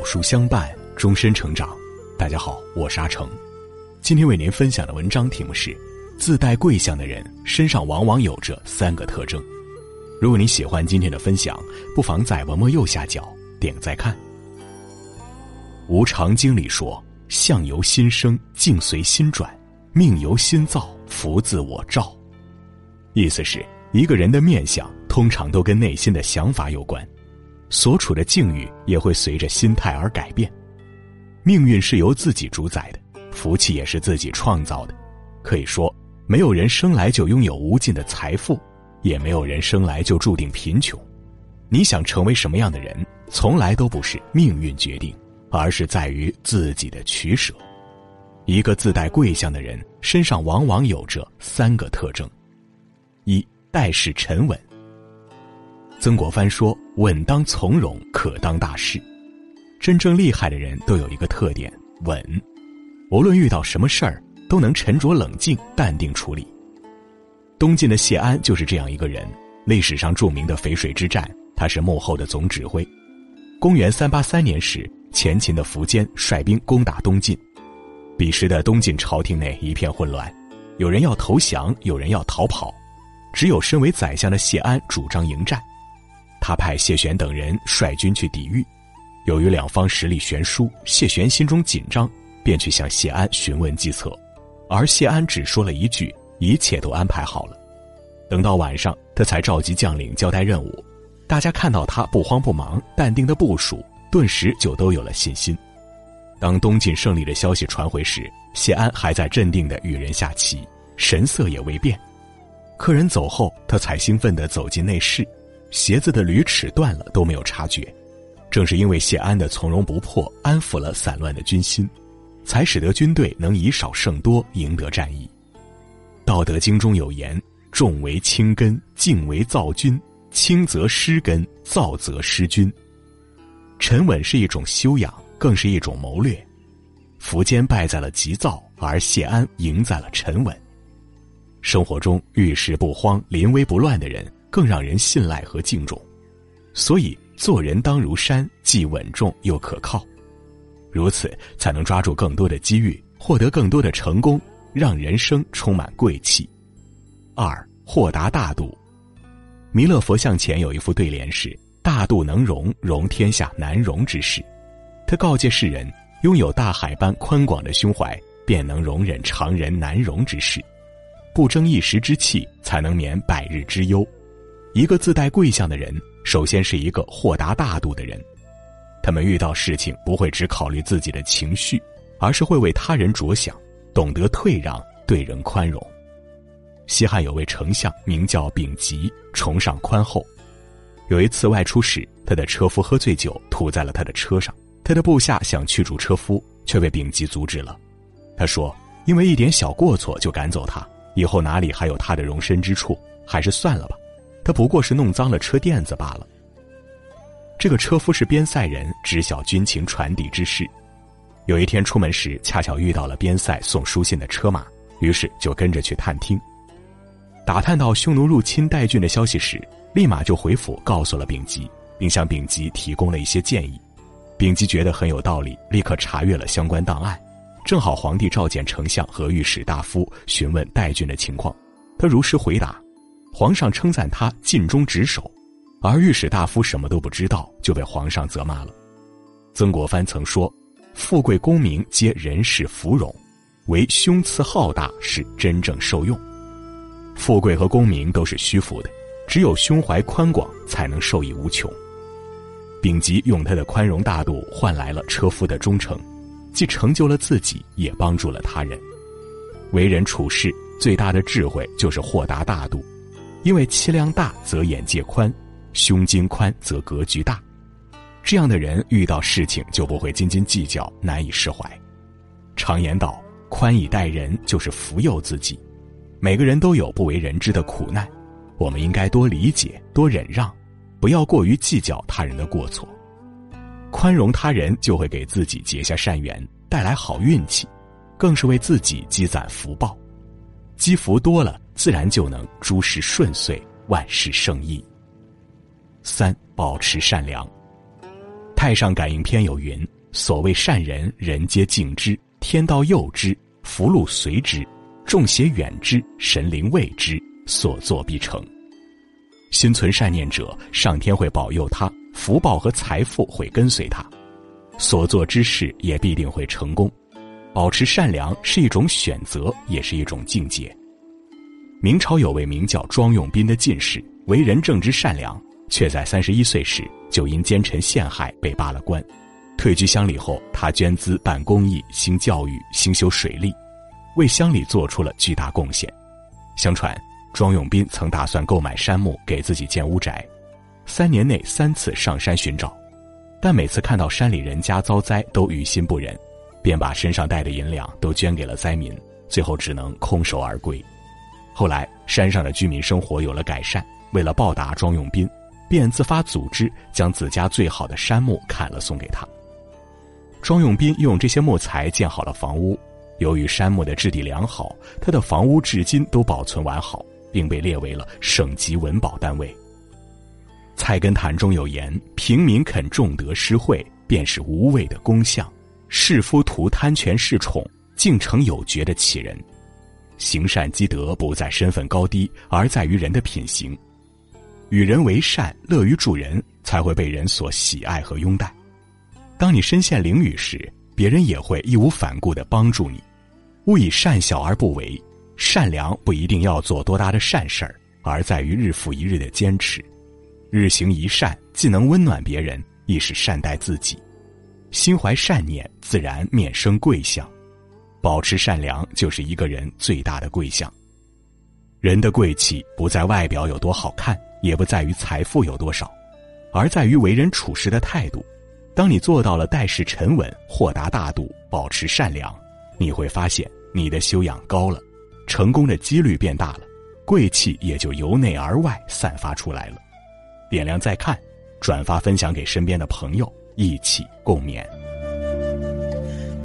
书相伴，终身成长。大家好，我是阿成。今天为您分享的文章题目是：自带贵相的人身上往往有着3个特征。如果你喜欢今天的分享，不妨在文末右下角点个再看。无常经里说，相由心生，境随心转，命由心造，福自我照。意思是一个人的面相通常都跟内心的想法有关，所处的境遇也会随着心态而改变。命运是由自己主宰的，福气也是自己创造的。可以说，没有人生来就拥有无尽的财富，也没有人生来就注定贫穷。你想成为什么样的人，从来都不是命运决定，而是在于自己的取舍。一个自带贵相的人身上往往有着3个特征。一、待事沉稳。曾国藩说，稳当从容，可当大事。真正厉害的人都有一个特点，稳。无论遇到什么事儿，都能沉着冷静，淡定处理。东晋的谢安就是这样一个人，历史上著名的淝水之战，他是幕后的总指挥。公元383年时，前秦的苻坚率兵攻打东晋。彼时的东晋朝廷内一片混乱，有人要投降，有人要逃跑，只有身为宰相的谢安主张迎战。他派谢玄等人率军去抵御。由于两方实力悬殊，谢玄心中紧张，便去向谢安询问计策，而谢安只说了一句，一切都安排好了。等到晚上，他才召集将领交代任务。大家看到他不慌不忙，淡定的部署，顿时就都有了信心。当东晋胜利的消息传回时，谢安还在镇定地与人下棋，神色也未变。客人走后，他才兴奋地走进内室，鞋子的履齿断了都没有察觉。正是因为谢安的从容不迫，安抚了散乱的军心，才使得军队能以少胜多，赢得战役。道德经中有言，重为轻根，静为躁君，轻则失根，躁则失君。沉稳是一种修养，更是一种谋略。苻坚败在了急躁，而谢安赢在了沉稳。生活中遇事不慌，临危不乱的人更让人信赖和敬重。所以做人当如山，既稳重又可靠。如此才能抓住更多的机遇，获得更多的成功，让人生充满贵气。2、豁达大度。弥勒佛像前有一副对联是，大度能容，容天下难容之事。他告诫世人，拥有大海般宽广的胸怀，便能容忍常人难容之事。不争一时之气，才能免百日之忧。一个自带贵相的人，首先是一个豁达大度的人。他们遇到事情不会只考虑自己的情绪，而是会为他人着想，懂得退让，对人宽容。西汉有位丞相名叫丙吉，崇尚宽厚。有一次外出时，他的车夫喝醉酒吐在了他的车上，他的部下想驱逐车夫，却被丙吉阻止了。他说，因为一点小过错就赶走他，以后哪里还有他的容身之处，还是算了吧，他不过是弄脏了车垫子罢了。这个车夫是边塞人，知晓军情传递之事。有一天出门时，恰巧遇到了边塞送书信的车马，于是就跟着去探听。打探到匈奴入侵代郡的消息时，立马就回府告诉了丙吉，并向丙吉提供了一些建议。丙吉觉得很有道理，立刻查阅了相关档案。正好皇帝召见丞相和御史大夫，询问代郡的情况，他如实回答。皇上称赞他尽忠职守，而御史大夫什么都不知道，就被皇上责骂了。曾国藩曾说，富贵功名皆人世芙蓉，唯胸慈浩大是真正受用。富贵和功名都是虚浮的，只有胸怀宽广才能受益无穷。丙吉用他的宽容大度换来了车夫的忠诚，既成就了自己，也帮助了他人。为人处事最大的智慧就是豁达大度，因为气量大则眼界宽，胸襟宽则格局大。这样的人遇到事情就不会斤斤计较，难以释怀。常言道，宽以待人就是福佑自己。每个人都有不为人知的苦难，我们应该多理解，多忍让，不要过于计较他人的过错。宽容他人就会给自己结下善缘，带来好运气，更是为自己积攒福报。积福多了，自然就能诸事顺遂，万事胜意。3、保持善良。太上感应篇有云， 所谓善人，人皆敬之，天道佑之，福禄随之，众邪远之，神灵畏之，所作必成。心存善念者，上天会保佑他，福报和财富会跟随他，所做之事也必定会成功。保持善良是一种选择，也是一种境界。明朝有位名叫庄用宾的进士，为人正直善良，却在31岁时就因奸臣陷害被罢了官。退居乡里后，他捐资办公益、兴教育、兴修水利，为乡里做出了巨大贡献。相传庄用宾曾打算购买山木给自己建屋宅，3年内3次上山寻找，但每次看到山里人家遭灾都于心不忍，便把身上带的银两都捐给了灾民，最后只能空手而归。后来山上的居民生活有了改善，为了报答庄用宾，便自发组织将自家最好的杉木砍了送给他。庄用宾用这些木材建好了房屋，由于杉木的质地良好，他的房屋至今都保存完好，并被列为了省级文保单位。菜根谭中有言：平民肯重德施惠，便是无畏的公相；士夫图贪权恃宠，竟成有觉的启人。行善积德不在身份高低，而在于人的品行。与人为善，乐于助人，才会被人所喜爱和拥戴。当你身陷囹圄时，别人也会义无反顾地帮助你。勿以善小而不为，善良不一定要做多大的善事儿，而在于日复一日的坚持。日行一善，既能温暖别人，亦是善待自己。心怀善念，自然面生贵相。保持善良，就是一个人最大的贵相。人的贵气不在外表有多好看，也不在于财富有多少，而在于为人处事的态度。当你做到了待事沉稳、豁达大度、保持善良，你会发现你的修养高了，成功的几率变大了，贵气也就由内而外散发出来了。点亮再看，转发分享给身边的朋友，一起共勉。